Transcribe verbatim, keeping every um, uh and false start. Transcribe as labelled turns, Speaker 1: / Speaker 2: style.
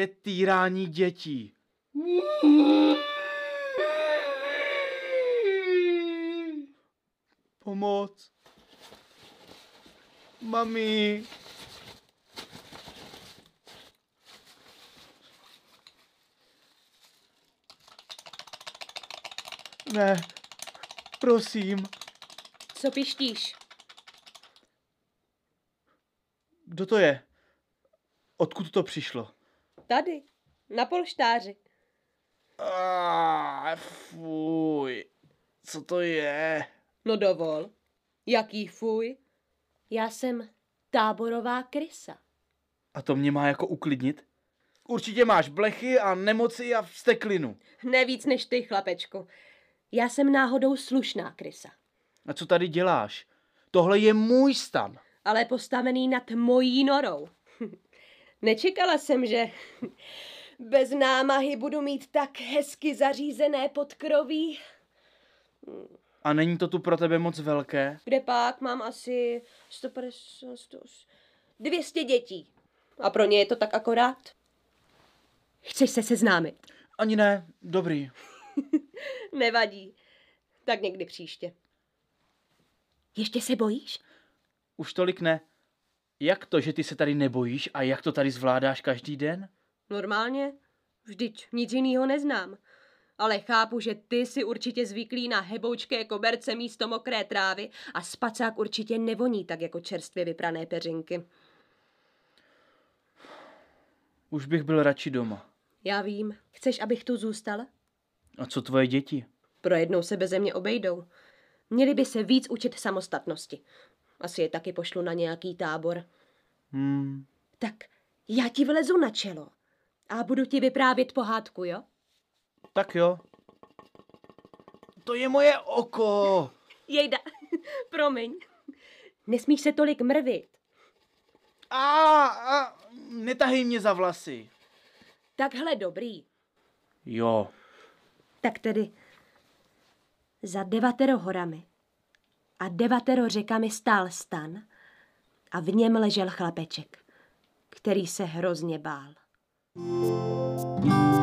Speaker 1: je týrání dětí. Pomoc. Mami. Ne, prosím.
Speaker 2: Co pištíš?
Speaker 1: Kdo to je? Odkud to přišlo?
Speaker 2: Tady, na polštáři.
Speaker 1: Ah, fuj. Co to je?
Speaker 2: No dovol. Jaký fuj? Já jsem táborová krysa.
Speaker 1: A to mě má jako uklidnit? Určitě máš blechy a nemoci a vzteklinu.
Speaker 2: Nevíc než ty, chlapečku. Já jsem náhodou slušná krysa.
Speaker 1: A co tady děláš? Tohle je můj stan.
Speaker 2: Ale postavený nad mojí norou. Nečekala jsem, že bez námahy budu mít tak hezky zařízené podkroví.
Speaker 1: A není to tu pro tebe moc velké?
Speaker 2: Kde pak mám asi sto padesát, sto, dvě stě dětí. A pro ně je to tak akorát. Chceš se seznámit?
Speaker 1: Ani ne, dobrý.
Speaker 2: Nevadí. Tak někdy příště. Ještě se bojíš?
Speaker 1: Už tolik ne. Jak to, že ty se tady nebojíš a jak to tady zvládáš každý den?
Speaker 2: Normálně. Vždyť nic jinýho neznám. Ale chápu, že ty si určitě zvyklý na heboučké koberce místo mokré trávy a spacák určitě nevoní tak jako čerstvě vyprané peřinky.
Speaker 1: Už bych byl radši doma.
Speaker 2: Já vím. Chceš, abych tu zůstala?
Speaker 1: A co tvoje děti?
Speaker 2: Pro jednou se beze mě obejdou. Měli by se víc učit samostatnosti. Asi je taky pošlu na nějaký tábor.
Speaker 1: Hmm.
Speaker 2: Tak já ti vlezu na čelo a budu ti vyprávět pohádku, jo?
Speaker 1: Tak jo. To je moje oko.
Speaker 2: Jejda, promiň. Nesmíš se tolik mrvit.
Speaker 1: A, a netahej mě za vlasy.
Speaker 2: Takhle dobrý.
Speaker 1: Jo.
Speaker 2: Tak tedy za devatero horami a devatero řekami stál stan a v něm ležel chlapeček, který se hrozně bál.